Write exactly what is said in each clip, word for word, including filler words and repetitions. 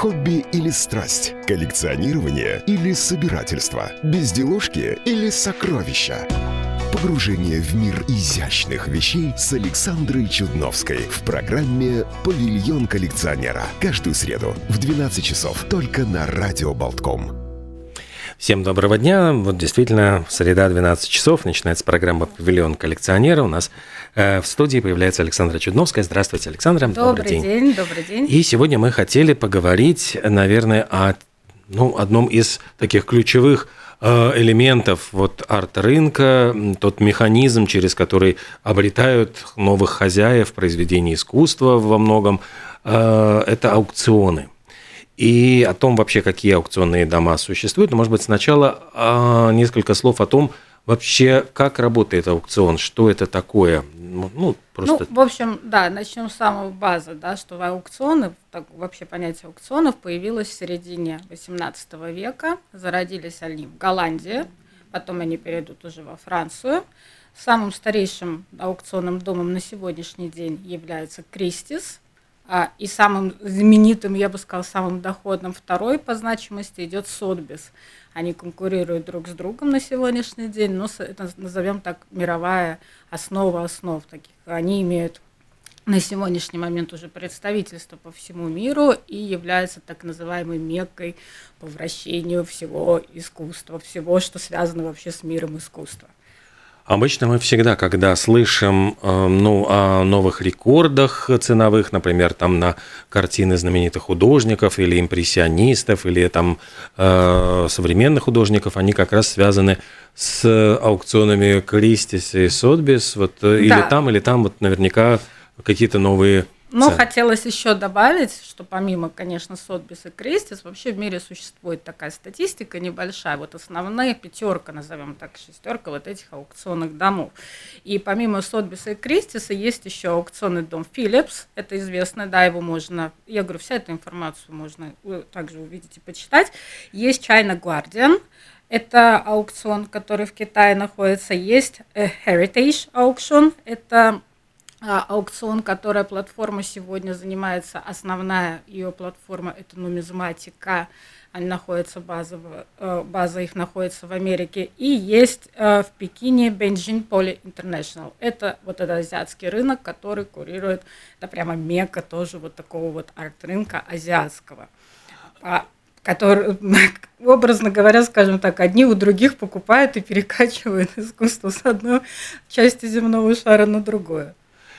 Хобби или страсть? Коллекционирование или собирательство? Безделушки или сокровища? Погружение в мир изящных вещей с Александрой Чудновской в программе «Павильон коллекционера». Каждую среду в двенадцать часов только на радио Болтком. Всем доброго дня. Вот действительно, среда, двенадцать часов, начинается программа «Павильон коллекционера». У нас э, в студии появляется Александра Чудновская. Здравствуйте, Александра. Добрый, добрый день. день. Добрый день. И сегодня мы хотели поговорить, наверное, о ну, одном из таких ключевых элементов вот арт-рынка, тот механизм, через который обретают новых хозяев произведений искусства во многом, это аукционы. И о том вообще, какие аукционные дома существуют. Но, может быть, сначала несколько слов о том, вообще, как работает аукцион, что это такое. Ну, просто... ну в общем, да, начнем с самой базы, да, что аукционы, так, вообще понятие аукционов появилось в середине восемнадцатого века. Зародились они в Голландии, потом они перейдут уже во Францию. Самым старейшим аукционным домом на сегодняшний день является Кристис. И самым знаменитым, я бы сказала, самым доходным второй по значимости идет Сотбис. Они конкурируют друг с другом на сегодняшний день, но это, назовем так, мировая основа основ таких. Они имеют на сегодняшний момент уже представительство по всему миру и являются так называемой меккой по вращению всего искусства, всего, что связано вообще с миром искусства. Обычно мы всегда, когда слышим ну, о новых рекордах ценовых, например, там на картины знаменитых художников или импрессионистов, или там э, современных художников, они как раз связаны с аукционами Кристис и Сотбис, вот, да. Или там, или там вот наверняка какие-то новые... Но хотелось еще добавить, что помимо, конечно, Сотбис и Кристис, вообще в мире существует такая статистика небольшая, вот основная пятерка, назовем так, шестерка вот этих аукционных домов. И помимо Сотбиса и Кристиса есть еще аукционный дом Philips, это известно, да, его можно, я говорю, вся эта информацию можно также увидеть и почитать. Есть China Guardian, это аукцион, который в Китае находится, есть Heritage Auction, это... аукцион, которая платформа сегодня занимается, основная ее платформа – это нумизматика, они находятся, база, база их находится в Америке, и есть в Пекине Beijing Poly International, это вот этот азиатский рынок, который курирует, это прямо мекка тоже вот такого вот арт-рынка азиатского, который, образно говоря, скажем так, одни у других покупают и перекачивают искусство с одной части земного шара на другую.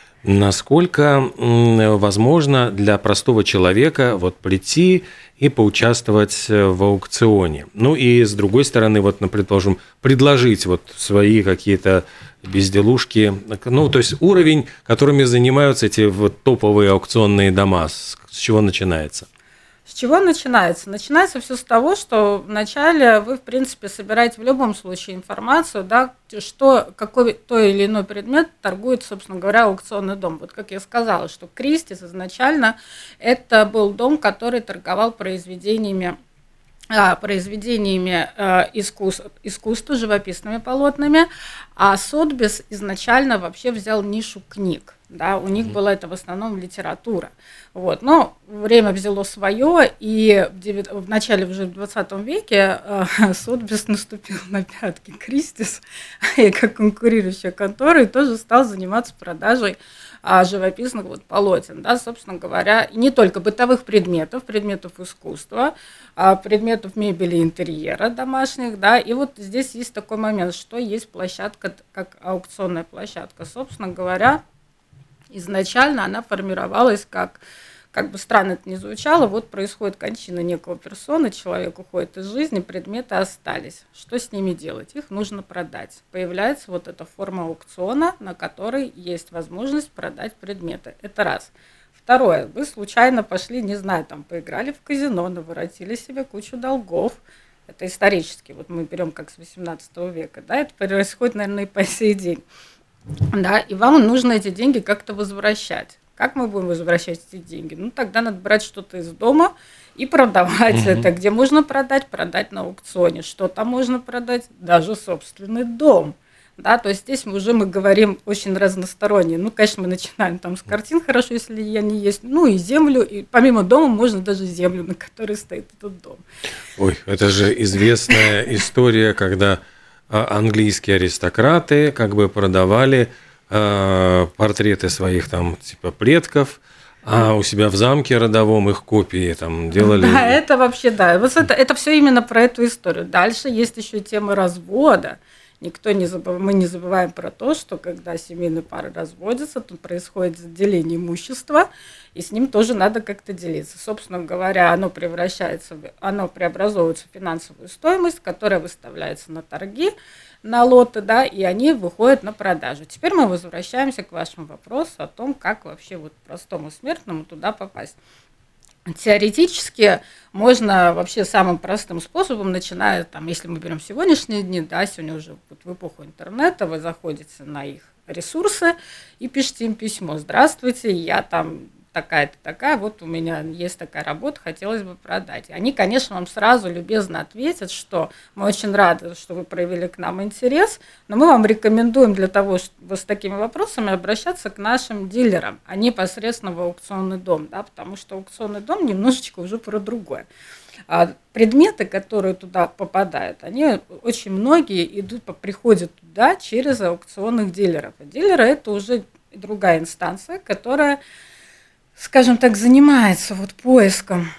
Насколько возможно для простого человека вот прийти и поучаствовать в аукционе? Ну и с другой стороны, вот, ну, предположим, предложить вот свои какие-то безделушки, ну то есть уровень, которыми занимаются эти вот топовые аукционные дома, с, с чего начинается? С чего начинается? Начинается все с того, что вначале вы, в принципе, собираете в любом случае информацию, да, что какой то или иной предмет торгует, собственно говоря, аукционный дом. Вот как я сказала, что Кристис изначально это был дом, который торговал произведениями, а, произведениями а, искус, искусства, живописными полотнами, а Сотбис изначально вообще взял нишу книг. Да, у них mm-hmm. была это в основном литература. Вот. Но время взяло свое, и в, девят... в начале уже в двадцатом веке э, Сотбис наступил на пятки Кристис, и как конкурирующая контора, и тоже стал заниматься продажей а, живописных вот, полотен. Да, собственно говоря, и не только бытовых предметов, предметов искусства, а предметов мебели и интерьера домашних. Да, и вот здесь есть такой момент, что есть площадка, как аукционная площадка. Собственно говоря, изначально она формировалась как, как бы странно это ни звучало, вот происходит кончина некого персоны, человек уходит из жизни, предметы остались. Что с ними делать? Их нужно продать. Появляется вот эта форма аукциона, на которой есть возможность продать предметы. Это раз. Второе. Вы случайно пошли, не знаю, там поиграли в казино, наворотили себе кучу долгов. Это исторически, вот мы берем как с восемнадцатого века, да, это происходит, наверное, и по сей день. Да, и вам нужно эти деньги как-то возвращать. Как мы будем возвращать эти деньги? Ну, тогда надо брать что-то из дома и продавать mm-hmm. это. Где можно продать? Продать на аукционе. Что там можно продать? Даже собственный дом. Да, то есть здесь мы уже мы говорим очень разносторонне. Ну, конечно, мы начинаем там с картин, хорошо, если они есть, ну и землю, и помимо дома можно даже землю, на которой стоит этот дом. Ой, это же известная история, когда английские аристократы как бы продавали э, портреты своих там типа предков, а у себя в замке родовом их копии там делали. Да, это вообще, да. Вот это, это все именно про эту историю. Дальше есть еще тема развода. Никто не забыв... Мы не забываем про то, что когда семейные пары разводятся, то происходит деление имущества, и с ним тоже надо как-то делиться. Собственно говоря, оно превращается, в... оно преобразовывается в финансовую стоимость, которая выставляется на торги, на лоты, да, и они выходят на продажу. Теперь мы возвращаемся к вашему вопросу о том, как вообще вот простому смертному туда попасть. Теоретически можно вообще самым простым способом, начиная, там, если мы берем сегодняшние дни, да, сегодня уже вот в эпоху интернета, вы заходите на их ресурсы и пишите им письмо: здравствуйте, я там такая-то такая, вот у меня есть такая работа, хотелось бы продать. Они, конечно, вам сразу любезно ответят, что мы очень рады, что вы проявили к нам интерес, но мы вам рекомендуем для того, чтобы с такими вопросами обращаться к нашим дилерам, а не непосредственно в аукционный дом, да, потому что аукционный дом немножечко уже про другое. А предметы, которые туда попадают, они очень многие идут, приходят туда через аукционных дилеров. А дилеры – это уже другая инстанция, которая, скажем так, занимается вот поиском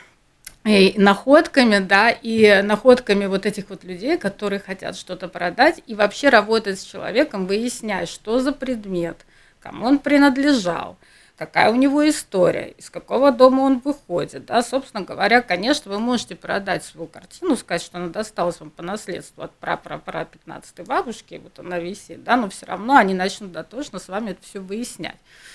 и находками, да, и находками вот этих вот людей, которые хотят что-то продать, и вообще работает с человеком, выясняя, что за предмет, кому он принадлежал, какая у него история, из какого дома он выходит, да, собственно говоря, конечно, вы можете продать свою картину, сказать, что она досталась вам по наследству от пра-пра-пра пятнадцатой бабушки, вот она висит, да, но все равно они начнут дотошно с вами это все выяснять.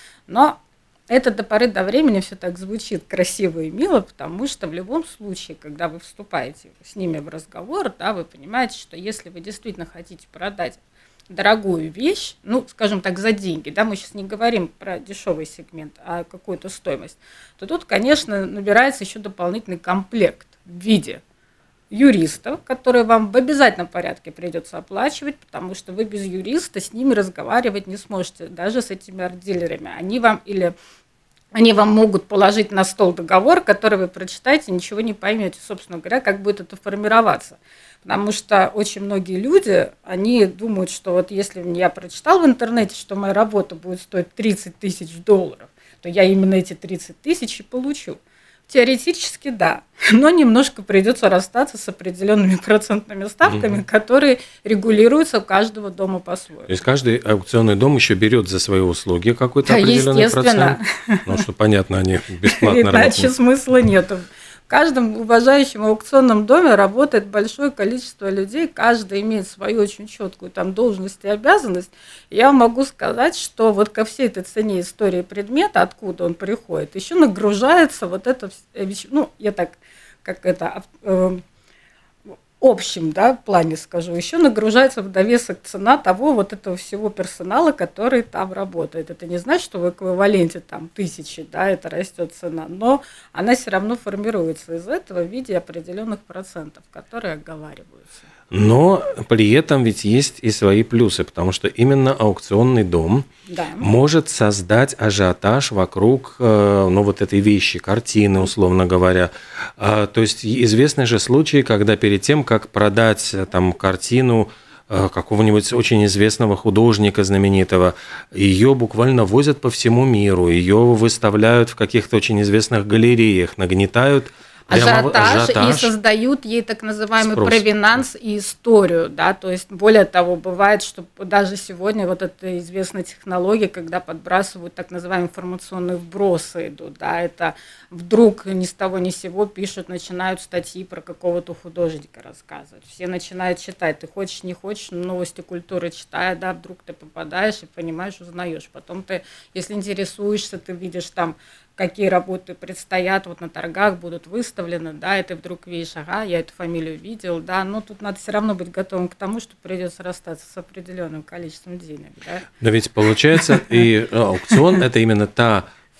Но это до поры до времени все так звучит красиво и мило, потому что в любом случае, когда вы вступаете с ними в разговор, да, вы понимаете, что если вы действительно хотите продать дорогую вещь, ну, скажем так, за деньги, да, мы сейчас не говорим про дешевый сегмент, а какую-то стоимость, то тут, конечно, набирается еще дополнительный комплект в виде юристов, которые вам в обязательном порядке придется оплачивать, потому что вы без юриста с ними разговаривать не сможете, даже с этими арт-дилерами. Они вам или они вам могут положить на стол договор, который вы прочитаете, ничего не поймете, собственно говоря, как будет это формироваться. Потому что очень многие люди, они думают, что вот если я прочитал в интернете, что моя работа будет стоить тридцать тысяч долларов, то я именно эти тридцать тысяч и получу. Теоретически да, но немножко придется расстаться с определенными процентными ставками, mm-hmm. которые регулируются у каждого дома по-своему. То есть каждый аукционный дом еще берет за свои услуги какой-то да, определенный процент? Ну, что понятно, они бесплатно работают. Иначе смысла нет. В каждом уважающем аукционном доме работает большое количество людей, каждый имеет свою очень четкую там должность и обязанность. Я могу сказать, что вот ко всей этой цене истории предмета, откуда он приходит, еще нагружается вот это, ну, я так, как это, э, в общем, да, плане скажу, еще нагружается в довесок цена того вот этого всего персонала, который там работает. Это не значит, что в эквиваленте там тысячи, да, это растет цена, но она все равно формируется из этого в виде определенных процентов, которые оговариваются. Но при этом ведь есть и свои плюсы, потому что именно аукционный дом да. может создать ажиотаж вокруг ну, вот этой вещи, картины, условно говоря. То есть известны же случаи, когда перед тем, как продать там, картину какого-нибудь очень известного художника знаменитого, ее буквально возят по всему миру, ее выставляют в каких-то очень известных галереях, нагнетают ажиотаж, ажиотаж и создают ей так называемый спрос. Провинанс и историю, да, то есть более того, бывает, что даже сегодня вот эта известная технология, когда подбрасывают так называемые информационные вбросы идут, да, это вдруг ни с того ни с сего пишут, начинают статьи про какого-то художника рассказывать, все начинают читать, ты хочешь, не хочешь, новости культуры читая, да, вдруг ты попадаешь и понимаешь, узнаешь, потом ты, если интересуешься, ты видишь там, какие работы предстоят, вот на торгах будут выставлены, да, и ты вдруг видишь, ага, я эту фамилию видел, да, но тут надо все равно быть готовым к тому, что придется расстаться с определенным количеством денег, да. Но ведь получается, и аукцион – это именно та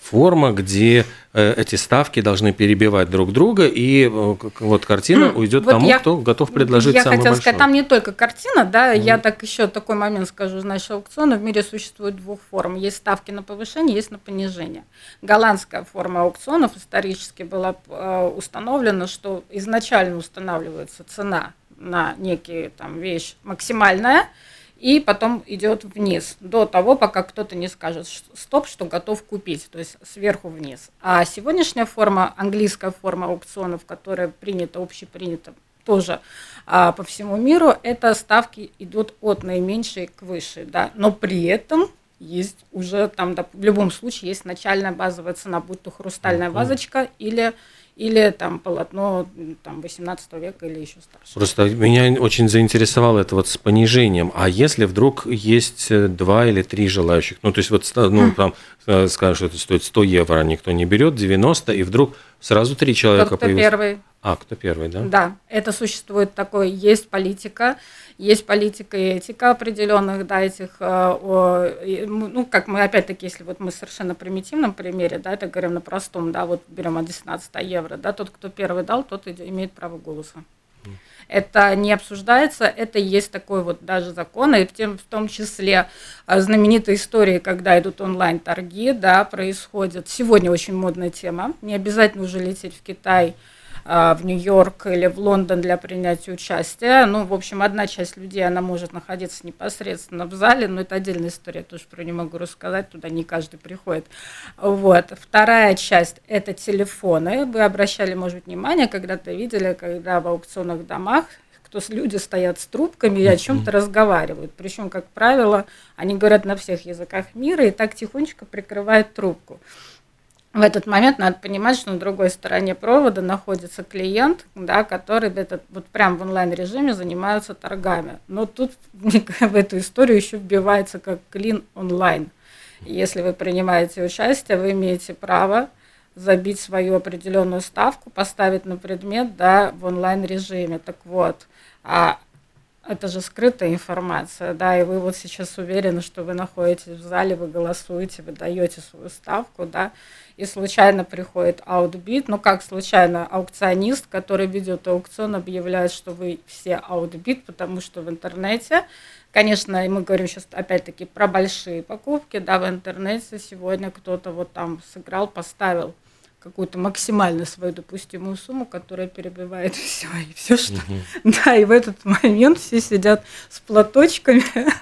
форма, где э, эти ставки должны перебивать друг друга, и э, вот картина уйдет вот тому, я, кто готов предложить я самый хотела большой. сказать, там не только картина, да, Mm. я так еще такой момент скажу, значит, аукциона в мире существует двух форм. Есть ставки на повышение, есть на понижение. Голландская форма аукционов исторически была э, установлена, что изначально устанавливается цена на некие там вещь максимальная, и потом идет вниз, до того, пока кто-то не скажет стоп, что готов купить, то есть сверху вниз. А сегодняшняя форма, английская форма аукционов, которая принята, общепринята тоже а, по всему миру, это ставки идут от наименьшей к высшей, да, но при этом есть уже там, да, в любом случае есть начальная базовая цена, будь то хрустальная вазочка или или там полотно там, восемнадцатого века или еще старше. Просто меня очень заинтересовало это вот с понижением. А если вдруг есть два или три желающих, ну то есть вот ну, там скажут, что это стоит сто евро, никто не берет, девяносто, и вдруг сразу три человека кто появилось. Первый. А, кто первый, да? Да, это существует такое, есть политика, есть политика и этика определенных, да, этих, ну, как мы, опять-таки, если вот мы совершенно примитивном примере, да, это говорим на простом, да, вот берем одиннадцать евро, да, тот, кто первый дал, тот имеет право голоса. Это не обсуждается, это есть такой вот даже закон, и в том числе знаменитые истории, когда идут онлайн-торги, да, происходят. Сегодня очень модная тема, не обязательно уже лететь в Китай, в Нью-Йорк или в Лондон для принятия участия. Ну, в общем, одна часть людей, она может находиться непосредственно в зале, но это отдельная история, я тоже про нее могу рассказать, туда не каждый приходит. Вот. Вторая часть – это телефоны. Вы обращали, может быть, внимание, когда-то видели, когда в аукционных домах кто люди стоят с трубками и о чем-то разговаривают. Причем, как правило, они говорят на всех языках мира и так тихонечко прикрывают трубку. В этот момент надо понимать, что на другой стороне провода находится клиент, да, который этот, вот прям в онлайн-режиме занимается торгами. Но тут в эту историю еще вбивается как клин онлайн. Если вы принимаете участие, вы имеете право забить свою определенную ставку, поставить на предмет, да, в онлайн-режиме. Так вот, а это же скрытая информация, да, и вы вот сейчас уверены, что вы находитесь в зале, вы голосуете, вы даете свою ставку, да, и случайно приходит аутбит, ну как случайно, аукционист, который ведет аукцион, объявляет, что вы все аутбит, потому что в интернете, конечно, и мы говорим сейчас опять-таки про большие покупки, да, в интернете сегодня кто-то вот там сыграл, поставил какую-то максимально свою допустимую сумму, которая перебивает все и все, что... Угу. Да, и в этот момент все сидят с платочками,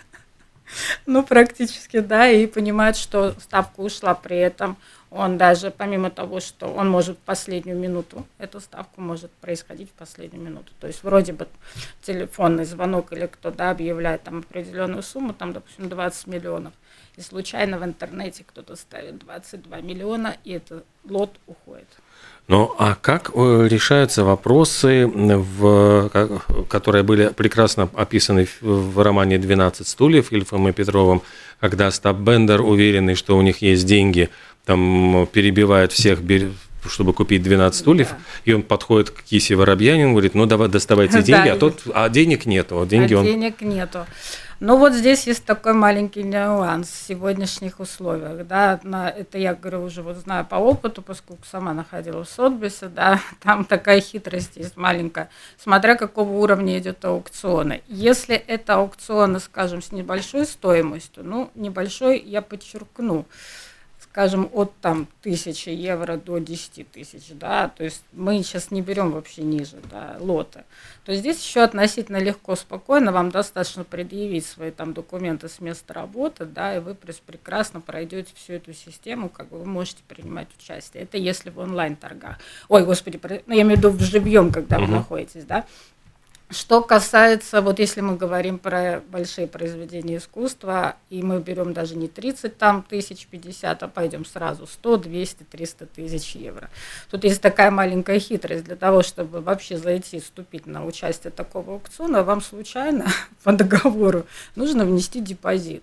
ну, практически, да, и понимают, что ставка ушла. При этом он даже, помимо того, что он может в последнюю минуту, эта ставка может происходить в последнюю минуту. То есть вроде бы телефонный звонок или кто, да, объявляет там определенную сумму, там, допустим, двадцать миллионов, и случайно в интернете кто-то ставит двадцать два миллиона, и этот лот уходит. Ну, а как решаются вопросы, в, которые были прекрасно описаны в романе «двенадцать стульев» Ильфом и Петровым, когда Стаббендер, уверенный, что у них есть деньги, там перебивает всех, чтобы купить двенадцать стульев, да. И он подходит к Кисе Воробьянину, говорит, ну, давай, доставайте деньги, да, а, тот, а денег нету. А деньги а он... денег нету. Ну, вот здесь есть такой маленький нюанс в сегодняшних условиях, да, на, это я говорю уже вот знаю по опыту, поскольку сама находилась в Сотбисе, да, там такая хитрость есть маленькая, смотря какого уровня идет аукционы. Если это аукционы, скажем, с небольшой стоимостью, ну, небольшой я подчеркну, скажем, от там тысячи евро до десяти тысяч, да, то есть мы сейчас не берем вообще ниже, да, лоты, то здесь еще относительно легко, спокойно, вам достаточно предъявить свои там документы с места работы, да, и вы прекрасно пройдете всю эту систему, как бы вы можете принимать участие. Это если в онлайн-торгах. Ой, господи, ну, я имею в виду в живьем, когда вы находитесь, да. Что касается, вот если мы говорим про большие произведения искусства, и мы берем даже не тридцать там, тысяч, пятьдесят, а пойдем сразу сто, двести, триста тысяч евро. Тут есть такая маленькая хитрость. Для того, чтобы вообще зайти и вступить на участие такого аукциона, вам случайно по договору нужно внести депозит.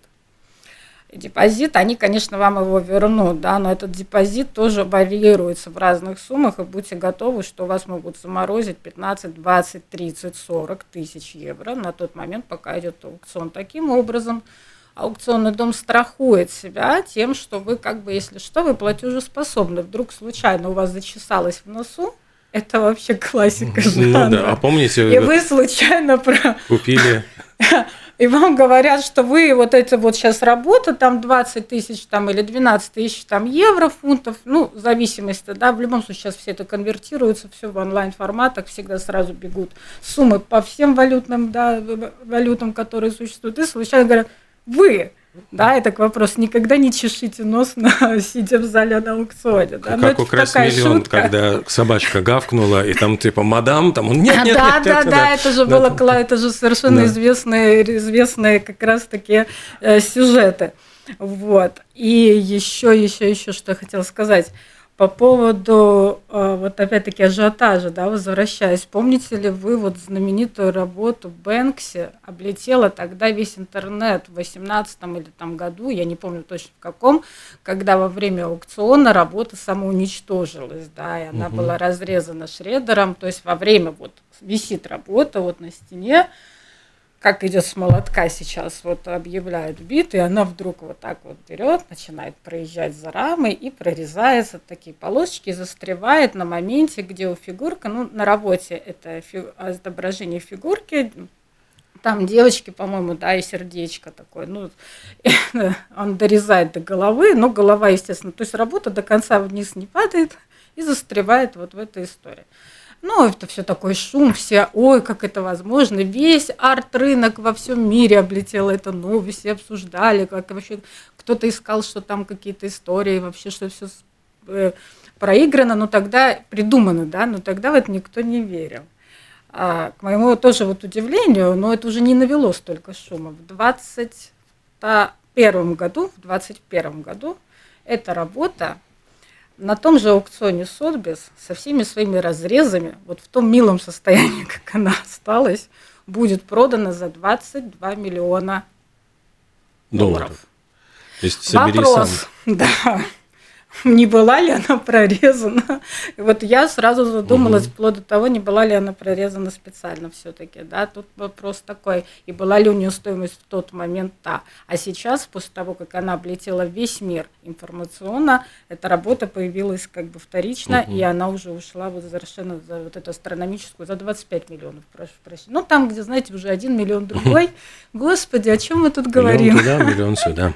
Депозит, они, конечно, вам его вернут, да, но этот депозит тоже варьируется в разных суммах, и будьте готовы, что у вас могут заморозить пятнадцать, двадцать, тридцать, сорок тысяч евро на тот момент, пока идет аукцион. Таким образом, аукционный дом страхует себя тем, что вы, как бы, если что, вы платежеспособны. Вдруг случайно у вас зачесалось в носу, это вообще классика жанра. Ну да, а помните, и вы случайно про... купили... И вам говорят, что вы вот это вот сейчас работа, там двадцать тысяч там, или двенадцать тысяч там, евро, фунтов, ну, в зависимости, да, в любом случае сейчас все это конвертируется, все в онлайн-форматах, всегда сразу бегут суммы по всем валютным, да, валютам, которые существуют, и случайно говорят, вы, да, это к вопросу, никогда не чешите нос, на, сидя в зале на аукционе. Да? Как у Красмиллион, когда собачка гавкнула, и там типа мадам, там он нет, нет, да, нет, да, нет, да, да, это же да, было, там... это же совершенно да. известные, известные как раз таки э, сюжеты. Вот. И еще, еще, еще, что я хотела сказать. По поводу, вот опять-таки, ажиотажа, да, возвращаясь, помните ли вы вот знаменитую работу Бэнкси, облетела тогда весь интернет в восемнадцатом или там году, я не помню точно в каком, когда во время аукциона работа самоуничтожилась, да, и она угу. была разрезана шредером, то есть во время вот висит работа вот на стене, как идет с молотка сейчас, вот объявляют бит, и она вдруг вот так вот берет, начинает проезжать за рамой и прорезается такие полосочки, застревает на моменте, где у фигурка, ну, на работе это фи, изображение фигурки, там девочки, по-моему, да, и сердечко такое, ну, он дорезает до головы, но голова, естественно, то есть работа до конца вниз не падает и застревает вот в этой истории. Ну, это все такой шум, все, ой, как это возможно, весь арт-рынок во всем мире облетел это новость, все обсуждали, как вообще кто-то искал, что там какие-то истории, вообще, что все э, проиграно, но тогда придумано, да, но тогда в это никто не верил. А, к моему тоже вот удивлению, но это уже не навело столько шума. В двадцать первом году, в двадцать первом году эта работа на том же аукционе Сотбис со всеми своими разрезами, вот в том милом состоянии, как она осталась, будет продана за двадцать два миллиона долларов. долларов. То есть собери Вопрос, сам. Да, не была ли она прорезана. И вот я сразу задумалась, угу. вплоть до того, не была ли она прорезана специально все-таки. Да? Тут вопрос такой, и была ли у нее стоимость в тот момент та. А сейчас, после того, как она облетела весь мир информационно, эта работа появилась как бы вторично, угу. и она уже ушла вот совершенно за вот эту астрономическую, за двадцать пять миллионов, прошу прощения. Ну, там, где, знаете, уже один миллион другой. Господи, о чем мы тут говорим? Миллион туда, миллион сюда.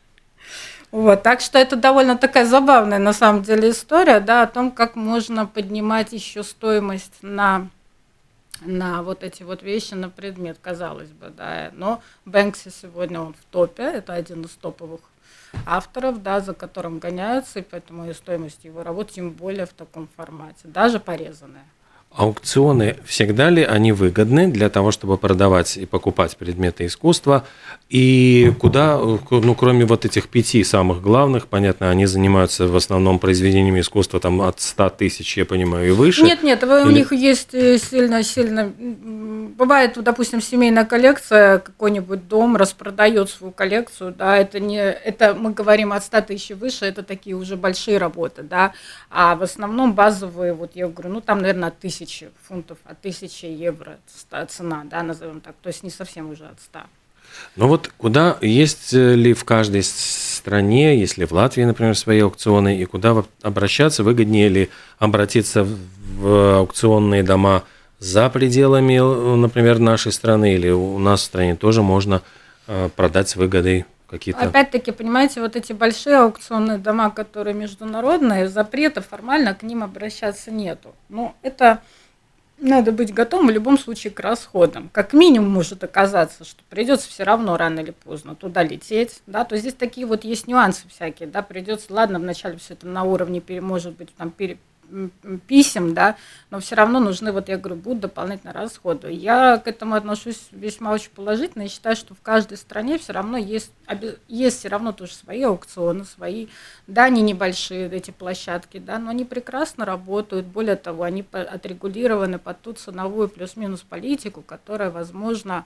Вот, так что это довольно такая забавная на самом деле история, да, о том, как можно поднимать еще стоимость на, на вот эти вот вещи, на предмет, казалось бы, да. Но Бэнкси сегодня он в топе, это один из топовых авторов, да, за которым гоняются, и поэтому и стоимость его работ тем более в таком формате, даже порезанная. Аукционы всегда ли они выгодны для того, чтобы продавать и покупать предметы искусства? И куда, ну, кроме вот этих пяти самых главных, понятно, они занимаются в основном произведениями искусства там, от ста тысяч, я понимаю, и выше? Нет, нет, Или... у них есть сильно-сильно... Бывает, допустим, семейная коллекция, какой-нибудь дом распродает свою коллекцию, да, это не... Это мы говорим от ста тысяч и выше, это такие уже большие работы, да, а в основном базовые, вот я говорю, ну, там, наверное, от тысячи фунтов, от тысячи евро цена, да, назовем так, то есть не совсем уже от ста. Ну вот куда, есть ли в каждой стране, если в Латвии, например, свои аукционы, и куда обращаться, выгоднее ли обратиться в аукционные дома за пределами, например, нашей страны, или у нас в стране тоже можно продать с выгодой какие-то... Опять-таки, понимаете, вот эти большие аукционные дома, которые международные, запрета формально к ним обращаться нету. Но это... Надо быть готовым в любом случае к расходам. Как минимум может оказаться, что придется все равно рано или поздно туда лететь, да, то здесь такие вот есть нюансы всякие, да, придется, ладно, вначале все это на уровне, может быть, там, пере, писем, да, но все равно нужны, вот я говорю, будут дополнительные расходы. Я к этому отношусь весьма очень положительно и считаю, что в каждой стране все равно есть, есть все равно тоже свои аукционы, свои, да, они небольшие, эти площадки, да, но они прекрасно работают, более того, они отрегулированы под ту ценовую плюс-минус политику, которая, возможно,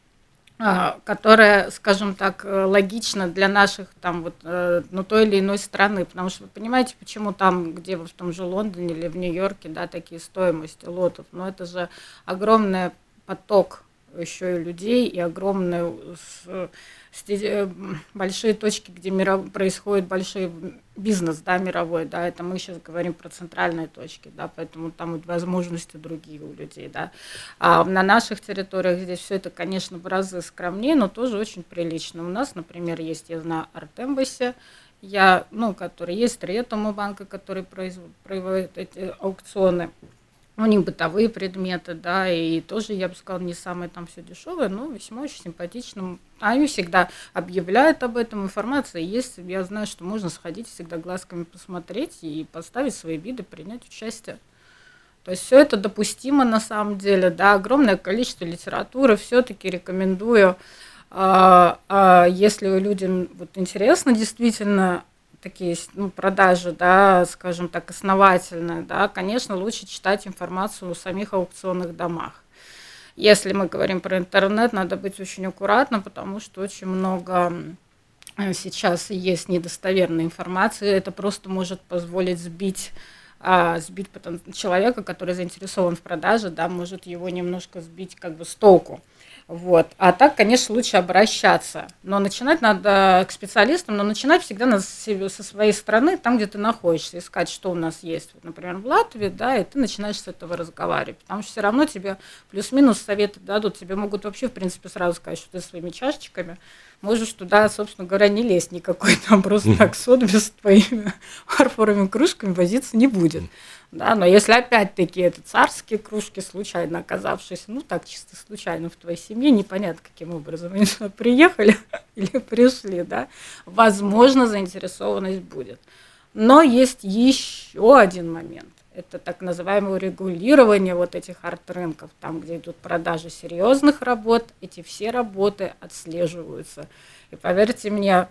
которая, скажем так, логична для наших там вот, ну, той или иной страны, потому что вы понимаете, почему там, где в том же Лондоне или в Нью-Йорке, да, такие стоимости лотов, но это же огромный поток еще и людей, и огромные с, с, большие точки, где миров, происходит большой бизнес, да, мировой, да, это мы сейчас говорим про центральные точки, да, поэтому там и возможности другие у людей, да. А на наших территориях здесь все это, конечно, в разы скромнее, но тоже очень прилично. У нас, например, есть, я знаю, Арт-Эмбасси, я, ну, который есть Риэтому банка, который проводит эти аукционы. У них бытовые предметы, да, и тоже, я бы сказала, не самое там все дешевое, но весьма очень симпатично. Они всегда объявляют об этом, информация есть. Я знаю, что можно сходить всегда глазками посмотреть и поставить свои виды, принять участие. То есть все это допустимо на самом деле, да, огромное количество литературы, все-таки рекомендую, а, а, если людям вот интересно действительно такие, ну, продажи, да, скажем так, основательные, да, конечно, лучше читать информацию о самих аукционных домах. Если мы говорим про интернет, надо быть очень аккуратным, потому что очень много сейчас есть недостоверной информации, это просто может позволить сбить, а, сбить потом человека, который заинтересован в продаже, да, может его немножко сбить как бы с толку. Вот. А так, конечно, лучше обращаться. Но начинать надо к специалистам, но начинать всегда надо со своей стороны, там, где ты находишься, искать, что у нас есть, вот, например, в Латвии, да, и ты начинаешь с этого разговаривать. Потому что все равно тебе плюс-минус советы дадут, тебе могут вообще, в принципе, сразу сказать, что ты своими чашечками можешь туда, собственно говоря, не лезть никакой, там просто так сот без твоими фарфоровыми кружками возиться не будет. Да, но если опять-таки это царские кружки, случайно оказавшиеся, ну так чисто случайно в твоей семье, непонятно каким образом они сюда приехали или пришли, да, возможно, заинтересованность будет. Но есть еще один момент. Это так называемое регулирование вот этих арт-рынков, там, где идут продажи серьезных работ, эти все работы отслеживаются. И поверьте мне,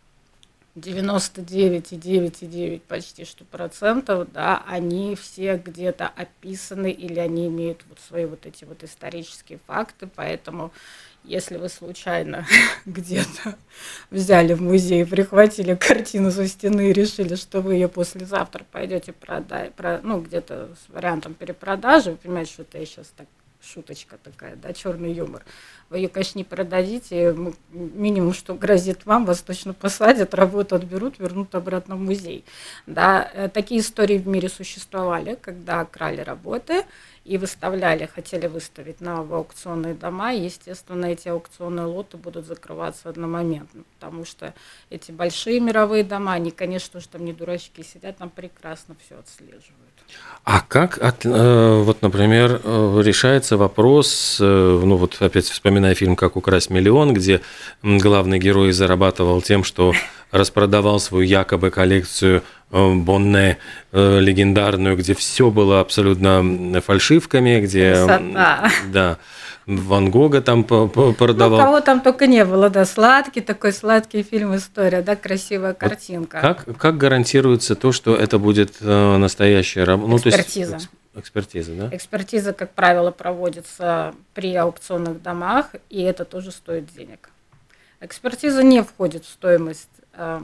девяносто девять целых девять десятых девять почти что процентов, да, они все где-то описаны или они имеют вот свои вот эти вот исторические факты, поэтому если вы случайно где-то взяли в музей, прихватили картину со стены и решили, что вы ее послезавтра пойдете продать, про, ну, где-то с вариантом перепродажи, вы понимаете, что это я сейчас так, шуточка такая, да, черный юмор. Вы ее, конечно, не продадите, минимум, что грозит вам, вас точно посадят, работу отберут, вернут обратно в музей. Да, такие истории в мире существовали, когда крали работы и выставляли, хотели выставить на аукционные дома, и, естественно, эти аукционные лоты будут закрываться одномоментно, потому что эти большие мировые дома, они, конечно, уж там не дурачки сидят, там прекрасно все отслеживают. А как, от, э, вот, например, э, решается вопрос, э, ну вот опять вспоминая фильм «Как украсть миллион», где главный герой зарабатывал тем, что распродавал свою якобы коллекцию э, Бонне э, легендарную, где все было абсолютно фальшивками, где Красота. Да, Ван Гога там продавал. Ну, кого там только не было, да, сладкий такой сладкий фильм «История», да, красивая картинка. Вот как, как гарантируется то, что это будет э, настоящая работа? Ну, экспертиза. То есть, экспертиза, да? Экспертиза, как правило, проводится при аукционных домах, и это тоже стоит денег. Экспертиза не входит в стоимость э,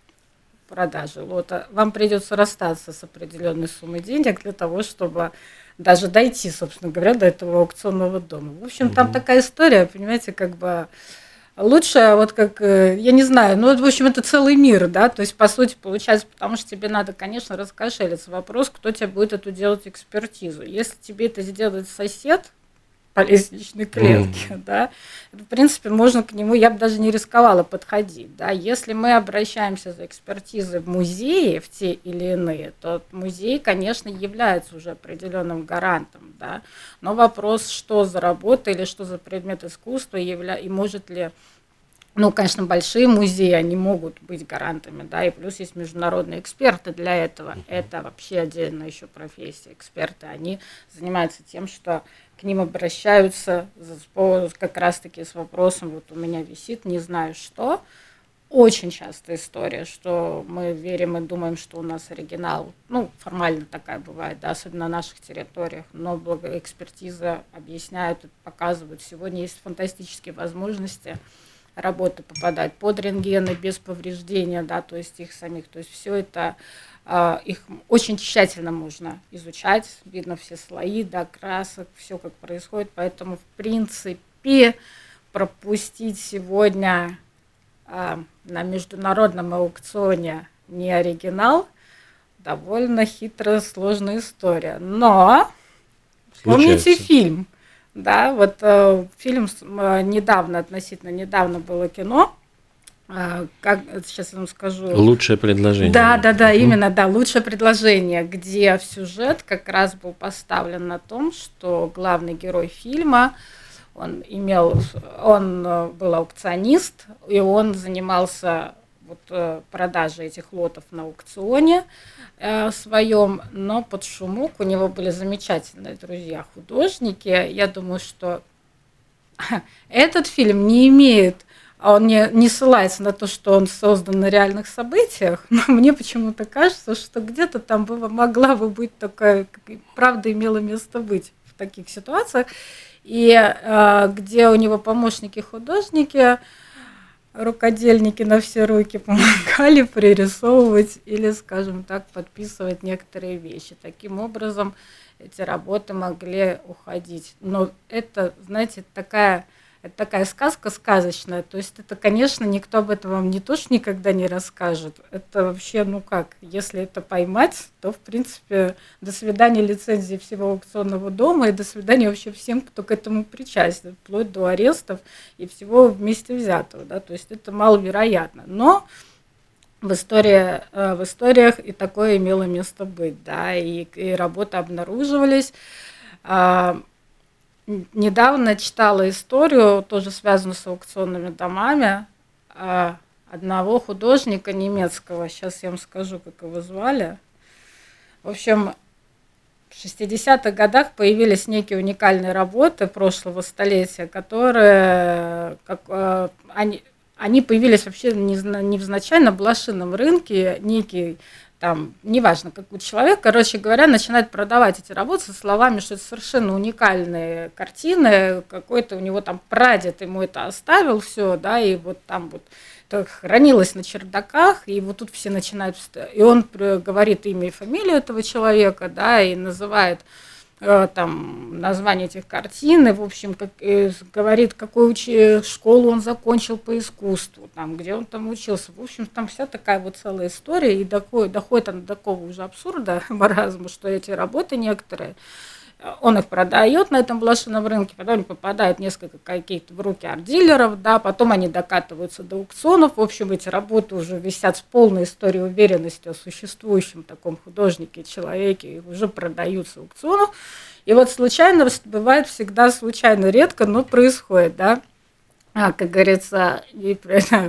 продажи лота. Вам придется расстаться с определенной суммой денег для того, чтобы даже дойти, собственно говоря, до этого аукционного дома. В общем, там угу. такая история, понимаете, как бы лучше, вот как, я не знаю, ну, в общем, это целый мир, да, то есть, по сути, получается, потому что тебе надо, конечно, раскошелиться. Вопрос, кто тебе будет эту делать экспертизу. Если тебе это сделает сосед по лестничной клетке, mm. да, в принципе, можно к нему, я бы даже не рисковала подходить, да. Если мы обращаемся за экспертизой в музеи, в те или иные, то музей, конечно, является уже определенным гарантом, да, но вопрос, что за работа или что за предмет искусства явля... и может ли, ну, конечно, большие музеи, они могут быть гарантами, да, и плюс есть международные эксперты для этого, mm-hmm. это вообще отдельная еще профессия, эксперты, они занимаются тем, что к ним обращаются как раз-таки с вопросом, вот у меня висит, не знаю что. Очень частая история, что мы верим и думаем, что у нас оригинал. Ну, формально такая бывает, да, особенно на наших территориях. Но благо экспертиза объясняет, показывает. Сегодня есть фантастические возможности работы попадать под рентгены без повреждения, да, то есть их самих. То есть все это... Их очень тщательно можно изучать, видно все слои, да, красок, все как происходит, поэтому в принципе пи, пропустить сегодня а, на международном аукционе не оригинал, довольно хитрая, сложная история. Но помните фильм, да, вот э, фильм э, недавно, относительно недавно было кино, э, как сейчас я вам скажу. Лучшее предложение. Да, да, да, mm-hmm. именно, да, лучшее предложение, где сюжет как раз был поставлен на том, что главный герой фильма, он имел, он был аукционист, и он занимался вот, продажей этих лотов на аукционе э, своем, но под шумок у него были замечательные друзья-художники. Я думаю, что этот фильм не имеет, он не, не ссылается на то, что он создан на реальных событиях, но мне почему-то кажется, что где-то там было, могла бы быть такая, правда имела место быть в таких ситуациях, и э, где у него помощники-художники, рукодельники на все руки помогали пририсовывать или, скажем так, подписывать некоторые вещи. Таким образом, эти работы могли уходить. Но это, знаете, такая, это такая сказка сказочная. То есть это, конечно, никто об этом вам не то, что никогда не расскажет. Это вообще, ну как, если это поймать, то, в принципе, до свидания лицензии всего аукционного дома и до свидания вообще всем, кто к этому причастен, вплоть до арестов и всего вместе взятого. Да? То есть это маловероятно. Но в, истории, в историях и такое имело место быть. Да? И, и работы обнаруживались. Недавно читала историю, тоже связанную с аукционными домами, одного художника немецкого. Сейчас я вам скажу, как его звали. В общем, в шестидесятых годах появились некие уникальные работы прошлого столетия, которые, как, они, они появились вообще невзначай на блошином рынке, некий там, неважно, какой человек, короче говоря, начинает продавать эти работы со словами, что это совершенно уникальные картины, какой-то у него там прадед ему это оставил все, да, и вот там вот это хранилось на чердаках, и вот тут все начинают, и он говорит имя и фамилию этого человека, да, и называет там название этих картин, и, в общем, как, и говорит, какую учи, школу он закончил по искусству, там, где он там учился. В общем, там вся такая вот целая история, и доходит, доходит она до такого уже абсурда, маразма, что эти работы некоторые, он их продает на этом блошином рынке, потом они попадают несколько какие-то в руки арт-дилеров, да, потом они докатываются до аукционов. В общем, эти работы уже висят с полной историей уверенности о существующем таком художнике, человеке, и уже продаются аукционов. И вот случайно, бывает всегда случайно, редко, но происходит, да. А, как говорится, и,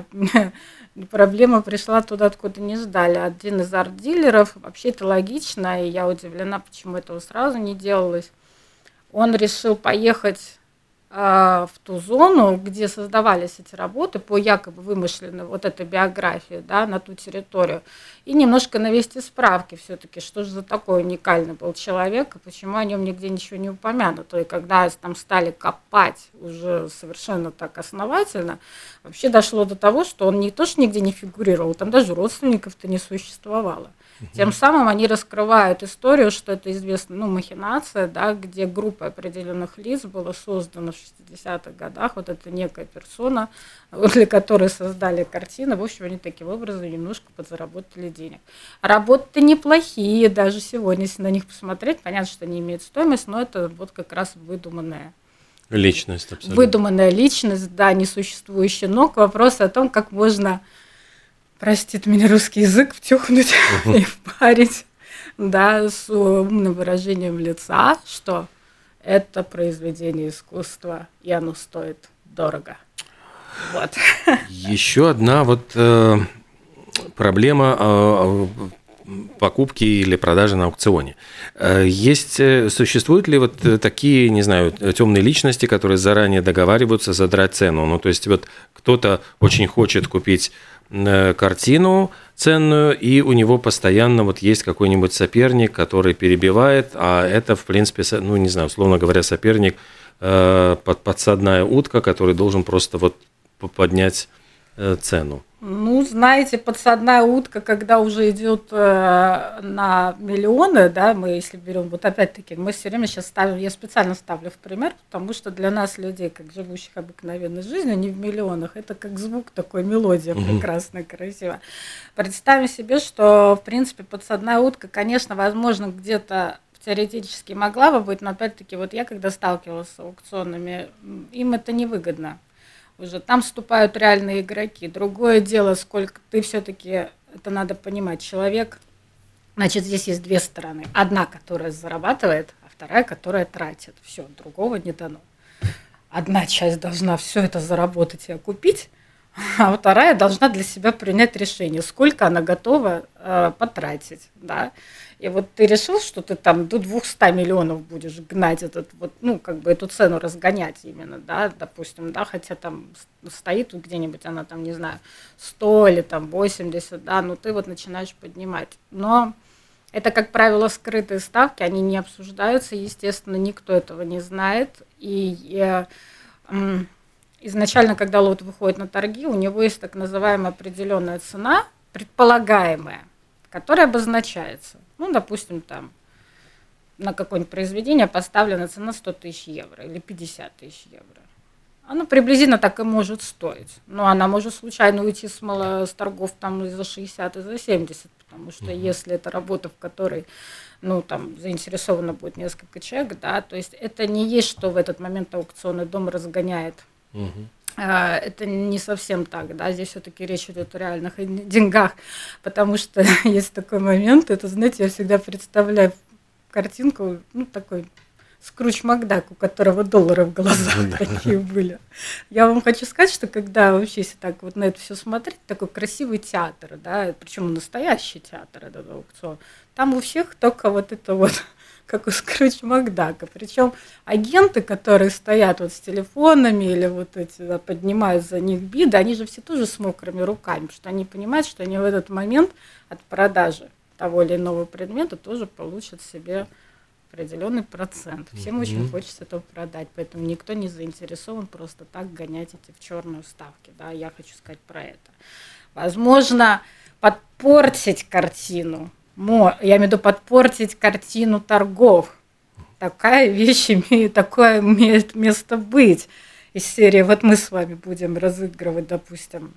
проблема пришла туда, откуда не ждали. Один из арт-дилеров, вообще это логично, и я удивлена, почему этого сразу не делалось. Он решил поехать э, в ту зону, где создавались эти работы по якобы вымышленной вот этой биографии, да, на ту территорию, и немножко навести справки все-таки, что же за такой уникальный был человек, и почему о нем нигде ничего не упомянуто. И когда там стали копать уже совершенно так основательно, вообще дошло до того, что он не то что нигде не фигурировал, там даже родственников-то не существовало. Тем самым они раскрывают историю, что это известная, ну, махинация, да, где группа определенных лиц была создана в шестидесятых годах, вот это некая персона, для которой создали картины, в общем, они таким образом немножко подзаработали денег. Работы неплохие, даже сегодня, если на них посмотреть, понятно, что они имеют стоимость, но это вот как раз выдуманная личность, абсолютно. Выдуманная личность, да, несуществующая, но к вопросу о том, как можно, простит меня русский язык, втюхнуть uh-huh. и впарить, да, с умным выражением лица, что это произведение искусства, и оно стоит дорого. Вот. Еще одна вот э, проблема э, покупки или продажи на аукционе. Есть, существуют ли вот такие, не знаю, темные личности, которые заранее договариваются задрать цену? Ну, то есть вот кто-то очень хочет купить картину ценную, и у него постоянно вот есть какой-нибудь соперник, который перебивает, а это, в принципе, ну, не знаю, условно говоря, соперник, подсадная утка, который должен просто вот поднять э, цену? Ну, знаете, подсадная утка, когда уже идет э, на миллионы, да, мы если берем, вот опять-таки, мы все время сейчас ставим, я специально ставлю в пример, потому что для нас, людей, как живущих обыкновенной жизнью, не в миллионах, это как звук такой, мелодия mm-hmm. прекрасная, красивая. Представим себе, что, в принципе, подсадная утка, конечно, возможно, где-то теоретически могла бы быть, но опять-таки, вот я когда сталкивалась с аукционами, им это невыгодно. Уже там вступают реальные игроки. Другое дело, сколько ты все-таки, это надо понимать, человек, значит, здесь есть две стороны. Одна, которая зарабатывает, а вторая, которая тратит. Все, другого не дано. Одна часть должна все это заработать и окупить, а вторая должна для себя принять решение, сколько она готова э, потратить, да. И вот ты решил, что ты там до двухсот миллионов будешь гнать этот вот, ну, как бы эту цену разгонять именно, да, допустим, да, хотя там стоит где-нибудь она там, не знаю, сто или там восемьдесят, да, но ты вот начинаешь поднимать. Но это, как правило, скрытые ставки, они не обсуждаются, естественно, никто этого не знает. И э, э, изначально, когда лот выходит на торги, у него есть так называемая определенная цена, предполагаемая, которая обозначается. Ну, допустим, там на какое-нибудь произведение поставлена цена сто тысяч евро или пятьдесят тысяч евро. Она приблизительно так и может стоить. Но она может случайно уйти с, мало, с торгов там и за шестьдесят, и за семьдесят, потому что mm-hmm. если это работа, в которой, ну, там, заинтересовано будет несколько человек, да, то есть это не есть, что в этот момент аукционный дом разгоняет. Mm-hmm. Это не совсем так, да, здесь все-таки речь идет о реальных деньгах, потому что есть такой момент, это, знаете, я всегда представляю картинку, ну, такой Скрудж Макдак, у которого доллары в глазах такие были. Я вам хочу сказать, что когда вообще, если так вот на это все смотреть, такой красивый театр, да, причем настоящий театр, этот аукцион, там у всех только вот это вот, как у Скрудж Макдака. Причем агенты, которые стоят вот с телефонами или вот эти, да, поднимают за них биды, они же все тоже с мокрыми руками, потому что они понимают, что они в этот момент от продажи того или иного предмета тоже получат себе определенный процент. Всем mm-hmm. очень хочется это продать, поэтому никто не заинтересован просто так гонять эти в черную ставки. Да, я хочу сказать про это. Возможно, подпортить картину. Я имею в виду подпортить картину торгов. Такая вещь имеет, такое имеет место быть. Из серии, вот мы с вами будем разыгрывать, допустим,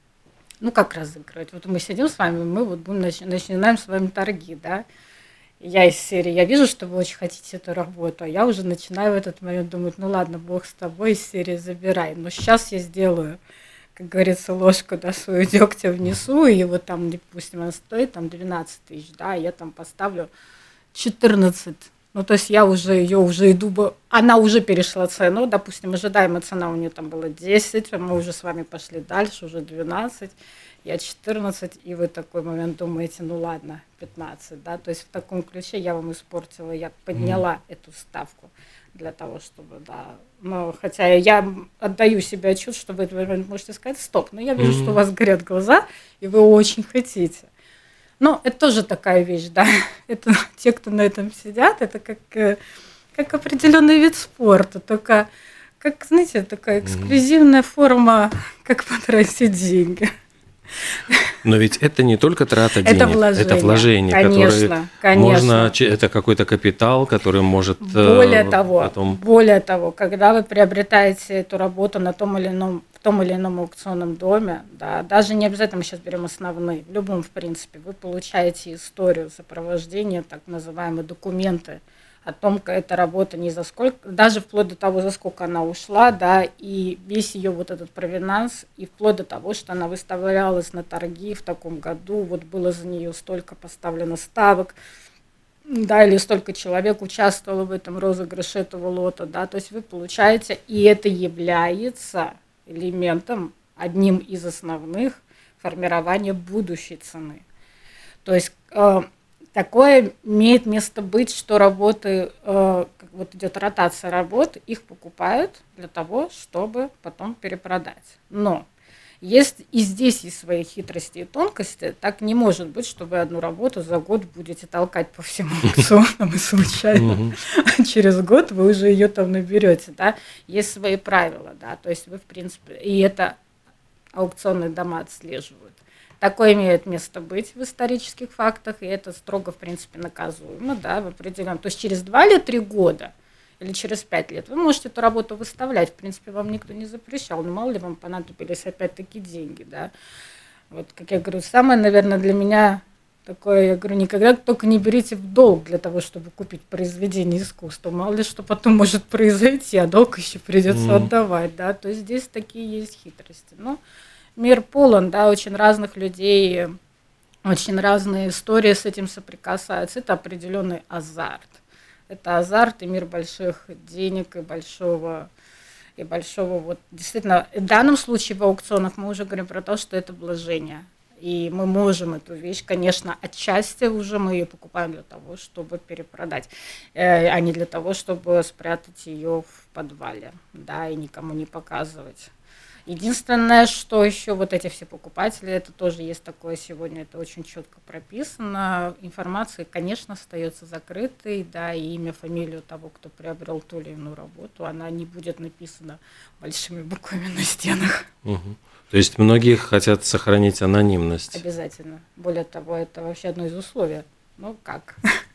ну как разыгрывать? Вот мы сидим с вами, мы вот будем начи- начинаем с вами торги, да. Я из серии, я вижу, что вы очень хотите эту работу, а я уже начинаю в этот момент думать, ну ладно, бог с тобой, из серии забирай. Но сейчас я сделаю, как говорится, ложку, да, свою дегтя внесу, и вот там, допустим, она стоит там двенадцать тысяч, да, я там поставлю четырнадцать. Ну, то есть я уже ее уже иду, она уже перешла цену, допустим, ожидаемая цена у нее там была десять, а мы уже с вами пошли дальше, уже двенадцать, я четырнадцать, и вы в такой момент думаете, ну ладно, пятнадцать, да, то есть в таком ключе я вам испортила, я подняла mm. эту ставку для того, чтобы, да, но хотя я отдаю себе отчет, что вы в этот момент можете сказать стоп, но я вижу, mm. что у вас горят глаза, и вы очень хотите. Ну, это тоже такая вещь, да, это те, кто на этом сидят, это как, как определенный вид спорта, только, как, знаете, такая эксклюзивная форма, как потратить деньги. Но ведь это не только трата денег, это вложение, это вложение, конечно, конечно. Можно, это какой-то капитал, который может более того, потом... более того, когда вы приобретаете эту работу на том или ином, в том или ином аукционном доме, да, даже не обязательно мы сейчас берем основные, в любом, в принципе, вы получаете историю сопровождения, так называемые документы о том, как эта работа не за сколько, даже вплоть до того, за сколько она ушла, да, и весь ее вот этот провинанс, и вплоть до того, что она выставлялась на торги в таком году, вот было за нее столько поставлено ставок, да, или столько человек участвовало в этом розыгрыше этого лота, да, то есть вы получаете, и это является элементом, одним из основных формирования будущей цены. То есть э, такое имеет место быть, что работы, э, как вот идет ротация работ, их покупают для того, чтобы потом перепродать. Но есть и здесь есть свои хитрости и тонкости. Так не может быть, что вы одну работу за год будете толкать по всем аукционам и случайно через год вы уже ее там наберете. Да? Есть свои правила, да, то есть вы в принципе, и это аукционные дома отслеживают. Такое имеет место быть в исторических фактах, и это строго, в принципе, наказуемо, да, в определенном. То есть через два или три года, или через пять лет вы можете эту работу выставлять. В принципе, вам никто не запрещал, но мало ли вам понадобились опять-таки деньги, да. Вот, как я говорю, самое, наверное, для меня такое, я говорю, никогда только не берите в долг для того, чтобы купить произведение искусства. Мало ли что потом может произойти, а долг еще придется mm. отдавать, да. То есть здесь такие есть хитрости. Но мир полон, да, очень разных людей, очень разные истории с этим соприкасаются. Это определенный азарт. Это азарт и мир больших денег и большого, и большого вот действительно. В данном случае в аукционах мы уже говорим про то, что это вложение. И мы можем эту вещь, конечно, отчасти уже мы ее покупаем для того, чтобы перепродать, э, а не для того, чтобы спрятать ее в подвале, да, и никому не показывать. Единственное, что еще вот эти все покупатели, это тоже есть такое сегодня, это очень четко прописано. Информация, конечно, остается закрытой, да, и имя, фамилию того, кто приобрел ту или иную работу, она не будет написана большими буквами на стенах. Угу. То есть многие хотят сохранить анонимность. Обязательно. Более того, это вообще одно из условий. Ну как?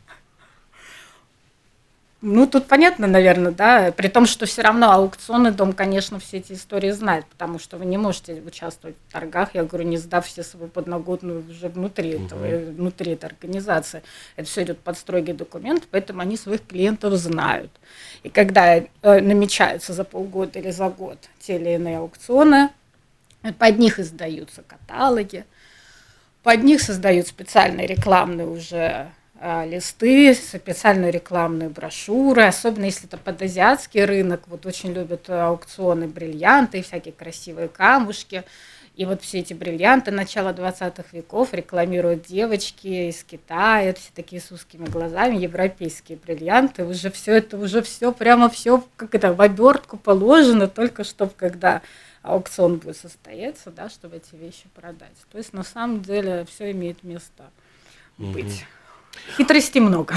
Ну, тут понятно, наверное, да, при том, что все равно аукционный дом, конечно, все эти истории знает, потому что вы не можете участвовать в торгах, я говорю, не сдав все свою подноготную уже внутри этого, uh-huh. внутри этой организации. Это все идет под строгий документ, поэтому они своих клиентов знают. И когда э, намечаются за полгода или за год те или иные аукционы, под них издаются каталоги, под них создают специальные рекламные уже листы, специальные рекламные брошюры, особенно если это под азиатский рынок, вот очень любят аукционы бриллианты, всякие красивые камушки, и вот все эти бриллианты начала двадцатых веков рекламируют девочки из Китая, все такие с узкими глазами, европейские бриллианты, уже все это, уже все, прямо все, как это, в обертку положено, только чтобы когда аукцион будет состояться, да, чтобы эти вещи продать. То есть на самом деле все имеет место быть. Mm-hmm. Хитростей много.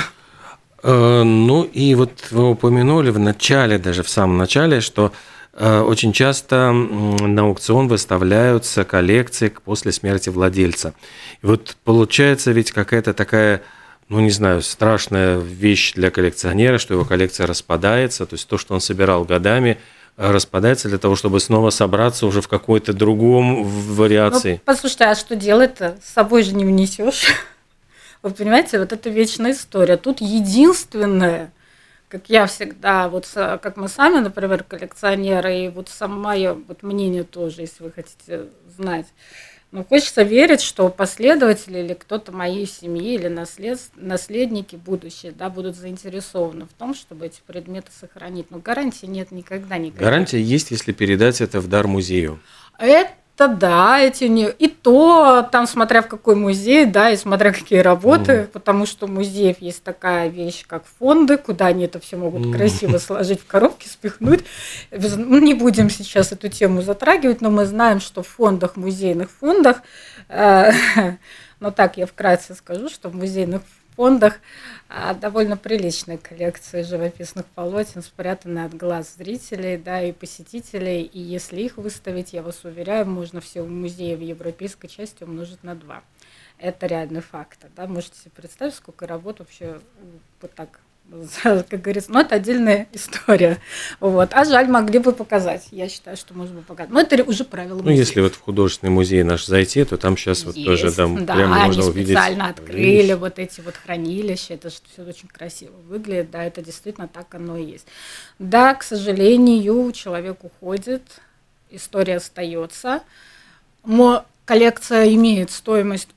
Э, ну и вот вы упомянули в начале, даже в самом начале, что э, очень часто на аукцион выставляются коллекции после смерти владельца. И вот получается ведь какая-то такая, ну не знаю, страшная вещь для коллекционера, что его коллекция распадается, то есть то, что он собирал годами, распадается для того, чтобы снова собраться уже в какой-то другом вариации. Ну, послушайте, а что делать-то? С собой же не внесешь. Вы понимаете, вот это вечная история. Тут единственное, как я всегда, вот как мы сами, например, коллекционеры, и вот самое вот мнение тоже, если вы хотите знать, но хочется верить, что последователи или кто-то моей семьи или наслед... наследники будущие, да, будут заинтересованы в том, чтобы эти предметы сохранить. Но гарантии нет никогда никаких. Гарантия есть, если передать это в дар музею. Это да, эти не... и то, там смотря в какой музей, да, и смотря какие работы, mm. потому что у музеев есть такая вещь, как фонды, куда они это все могут mm. красиво сложить в коробки, спихнуть. Мы не будем сейчас эту тему затрагивать, но мы знаем, что в фондах, музейных фондах, э, ну так я вкратце скажу, что в музейных фондах довольно приличные коллекции живописных полотен, спрятаны от глаз зрителей, да, и посетителей. И если их выставить, я вас уверяю, можно все музеи в европейской части умножить на два. Это реальный факт. Да? Можете себе представить, сколько работ вообще вот так, как говорится, но это отдельная история. Вот. А жаль, могли бы показать. Я считаю, что можно бы показать. Но это уже правило музея. Ну, если вот в художественный музей наш зайти, то там сейчас вот есть, тоже там да, прямо они можно увидеть. Специально открыли вещь. Вот эти вот хранилища. Это же все очень красиво выглядит. Да, это действительно так оно и есть. Да, к сожалению, человек уходит, история остается. Но коллекция имеет стоимость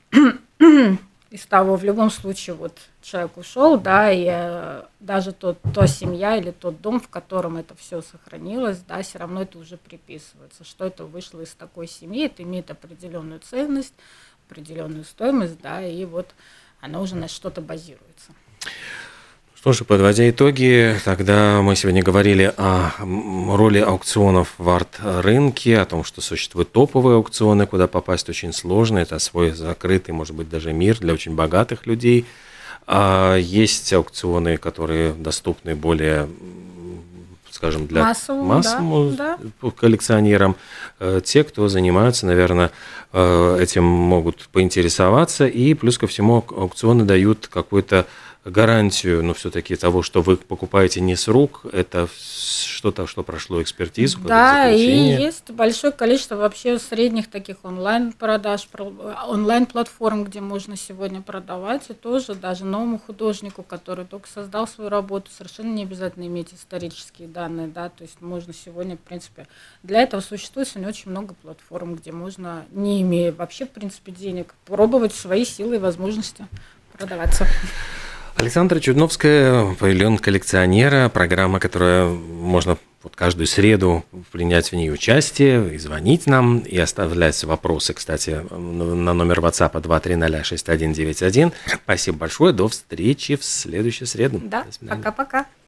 из того, в любом случае, вот человек ушел, да, и э, даже тот, та семья или тот дом, в котором это все сохранилось, да, все равно это уже приписывается, что это вышло из такой семьи, это имеет определенную ценность, определенную стоимость, да, и вот оно уже на что-то базируется. Что же, подводя итоги, тогда мы сегодня говорили о роли аукционов в арт-рынке, о том, что существуют топовые аукционы, куда попасть очень сложно, это свой закрытый, может быть, даже мир для очень богатых людей. А есть аукционы, которые доступны более, скажем, для массовому, массовому да, да. коллекционерам. Те, кто занимаются, наверное, этим могут поинтересоваться. И плюс ко всему аукционы дают какую-то гарантию, но все-таки того, что вы покупаете не с рук, это что-то, что прошло экспертизу. Да, и есть большое количество вообще средних таких онлайн-продаж, онлайн-платформ, где можно сегодня продавать, и тоже даже новому художнику, который только создал свою работу, совершенно не обязательно иметь исторические данные, да, то есть можно сегодня, в принципе, для этого существует сегодня очень много платформ, где можно, не имея вообще, в принципе, денег, пробовать свои силы и возможности продаваться. Александра Чудновская, павильон коллекционера, программа, которая можно вот каждую среду принять в ней участие, и звонить нам, и оставлять вопросы, кстати, на номер WhatsApp два три ноль шесть один девять один. Спасибо большое, до встречи в следующую среду. Да, пока-пока.